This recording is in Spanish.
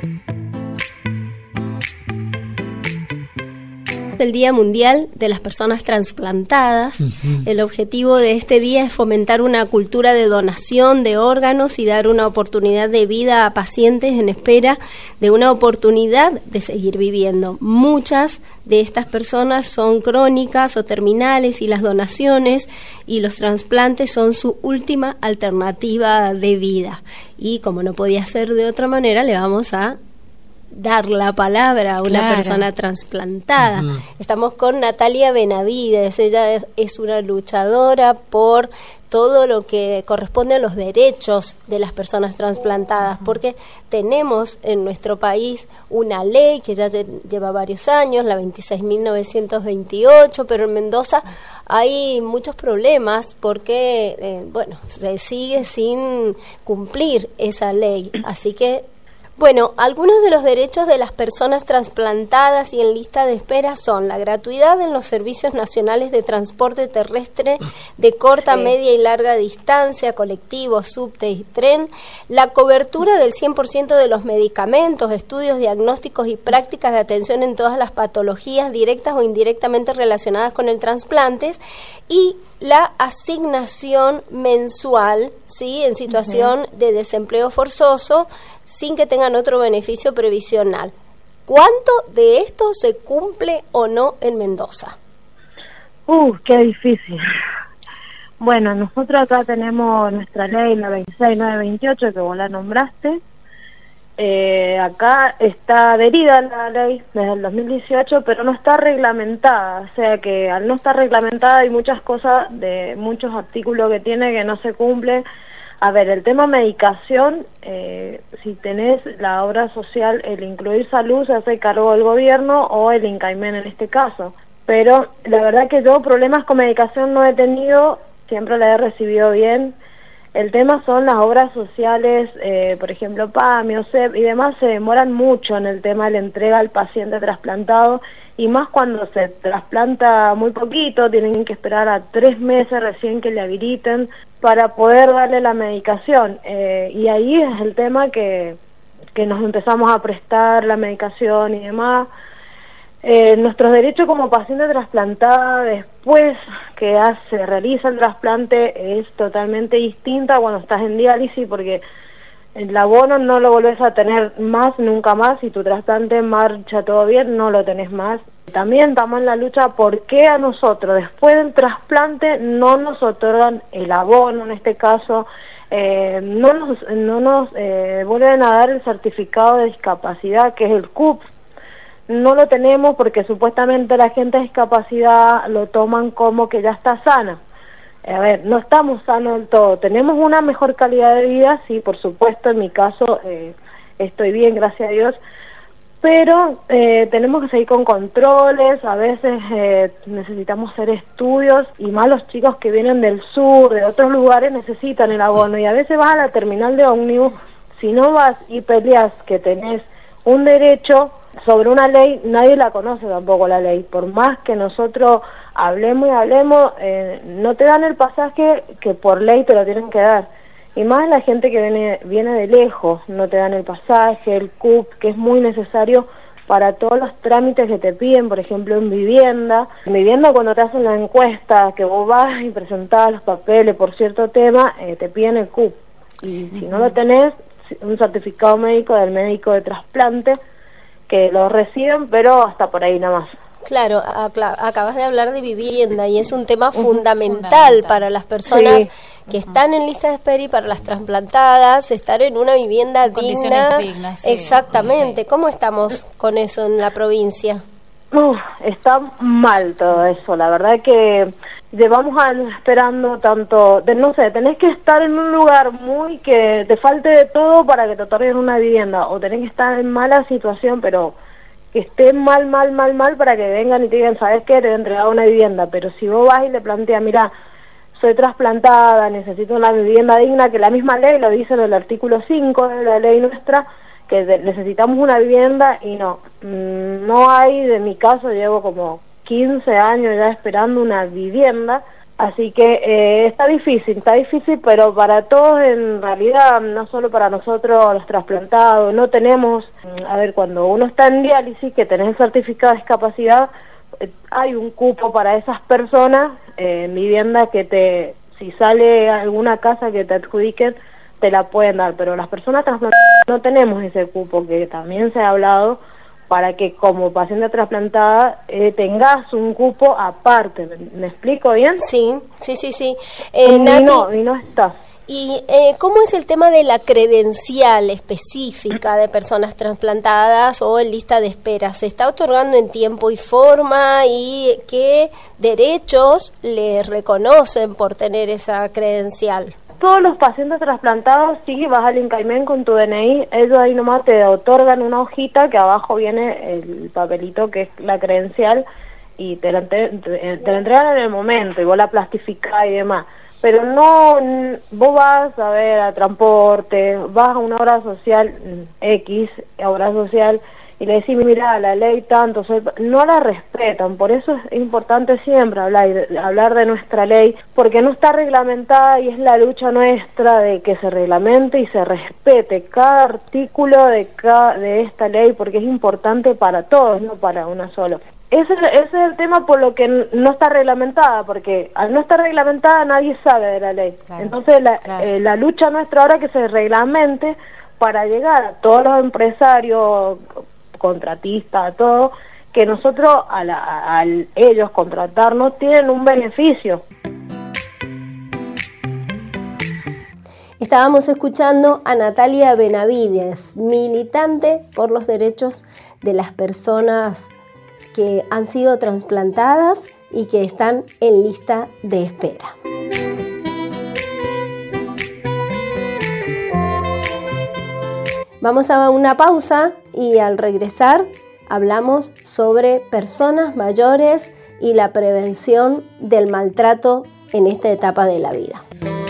El Día Mundial de las Personas Transplantadas. El objetivo de este día es fomentar una cultura de donación de órganos y dar una oportunidad de vida a pacientes en espera de una oportunidad de seguir viviendo. Muchas de estas personas son crónicas o terminales y las donaciones y los trasplantes son su última alternativa de vida. Y como no podía ser de otra manera, le vamos a dar la palabra a una persona trasplantada. Estamos con Natalia Benavides. Ella es una luchadora por todo lo que corresponde a los derechos de las personas trasplantadas, porque tenemos en nuestro país una ley que ya lleva varios años, la 26.928, pero en Mendoza hay muchos problemas porque, se sigue sin cumplir esa ley. Así que algunos de los derechos de las personas trasplantadas y en lista de espera son la gratuidad en los servicios nacionales de transporte terrestre de corta, media y larga distancia, colectivo, subte y tren, la cobertura del 100% de los medicamentos, estudios diagnósticos y prácticas de atención en todas las patologías directas o indirectamente relacionadas con el trasplante y la asignación mensual, ¿sí?, en situación de desempleo forzoso, sin que tengan otro beneficio previsional. ¿Cuánto de esto se cumple o no en Mendoza? Qué difícil. Bueno, nosotros acá tenemos nuestra ley, la 26.928, que vos la nombraste. Acá está adherida la ley desde el 2018, pero no está reglamentada. O sea que al no estar reglamentada hay muchas cosas, de muchos artículos que tiene que no se cumple. A ver, el tema medicación, si tenés la obra social, el incluir salud se hace cargo del gobierno o el INCAIMEN en este caso. Pero la verdad que yo problemas con medicación no he tenido, siempre la he recibido bien. El tema son las obras sociales, por ejemplo, PAMI, OSEP y demás, se demoran mucho en el tema de la entrega al paciente trasplantado, y más cuando se trasplanta muy poquito, tienen que esperar a 3 meses recién que le habiliten para poder darle la medicación. Y ahí es el tema que nos empezamos a prestar la medicación y demás. Nuestros derechos como paciente trasplantada después que se realiza el trasplante es totalmente distinta cuando estás en diálisis, porque el abono no lo volvés a tener más, nunca más. Si tu trasplante marcha todo bien, no lo tenés más. También estamos en la lucha porque a nosotros después del trasplante no nos otorgan el abono, en este caso no nos vuelven a dar el certificado de discapacidad, que es el CUP. No lo tenemos porque supuestamente la gente de discapacidad lo toman como que ya está sana. A ver, no estamos sanos del todo. Tenemos una mejor calidad de vida, sí, por supuesto, en mi caso estoy bien, gracias a Dios, pero tenemos que seguir con controles, a veces necesitamos hacer estudios, y más los chicos que vienen del sur, de otros lugares, necesitan el abono, y a veces vas a la terminal de ómnibus, si no vas y peleas que tenés un derecho sobre una ley, nadie la conoce tampoco la ley, por más que nosotros hablemos y hablemos, no te dan el pasaje que por ley te lo tienen que dar, y más la gente que viene de lejos, no te dan el pasaje, el CUP, que es muy necesario para todos los trámites que te piden, por ejemplo en vivienda cuando te hacen la encuesta, que vos vas y presentás los papeles por cierto tema, te piden el CUP, y si no lo tenés, un certificado médico del médico de trasplante, que lo reciben, pero hasta por ahí nada más. Claro, acabas de hablar de vivienda y es un tema fundamental para las personas que están en lista de espera y para las trasplantadas, estar en una vivienda digna. Dignas, sí. Exactamente. Sí. ¿Cómo estamos con eso en la provincia? Está mal todo eso, la verdad que llevamos años esperando tanto, tenés que estar en un lugar muy que te falte de todo para que te otorguen una vivienda, o tenés que estar en mala situación, pero que esté mal para que vengan y te digan, ¿sabes qué? Te he entregado una vivienda. Pero si vos vas y le planteas, mira, soy trasplantada, necesito una vivienda digna, que la misma ley lo dice en el artículo 5 de la ley nuestra, que necesitamos una vivienda, y no hay. De mi caso llevo como 15 años ya esperando una vivienda, Así que está difícil, pero para todos en realidad, no solo para nosotros los trasplantados, no tenemos, cuando uno está en diálisis, que tenés el certificado de discapacidad, hay un cupo para esas personas en vivienda que si sale alguna casa que te adjudiquen, te la pueden dar, pero las personas trasplantadas no tenemos ese cupo, que también se ha hablado, para que como paciente trasplantada tengas un cupo aparte. ¿Me explico bien? Sí. Nati, no está. ¿Y cómo es el tema de la credencial específica de personas trasplantadas o en lista de espera? ¿Se está otorgando en tiempo y forma? ¿Y qué derechos le reconocen por tener esa credencial? Todos los pacientes trasplantados, sí, vas al INCAIMEN con tu DNI, ellos ahí nomás te otorgan una hojita que abajo viene el papelito que es la credencial y te la entregan en el momento y vos la plastificás y demás. Pero no, vos vas a transporte, vas a una obra social obra social, y le decís, mira, la ley tanto, no la respetan. Por eso es importante siempre hablar de nuestra ley, porque no está reglamentada y es la lucha nuestra de que se reglamente y se respete cada artículo de esta ley, porque es importante para todos, no para una sola. Ese es el tema por lo que no está reglamentada, porque al no estar reglamentada nadie sabe de la ley. Claro, entonces la lucha nuestra ahora que se reglamente para llegar a todos los empresarios, contratistas, todo, que nosotros al ellos contratarnos tienen un beneficio. Estábamos escuchando a Natalia Benavides, militante por los derechos de las personas que han sido trasplantadas y que están en lista de espera. Vamos a una pausa y al regresar hablamos sobre personas mayores y la prevención del maltrato en esta etapa de la vida.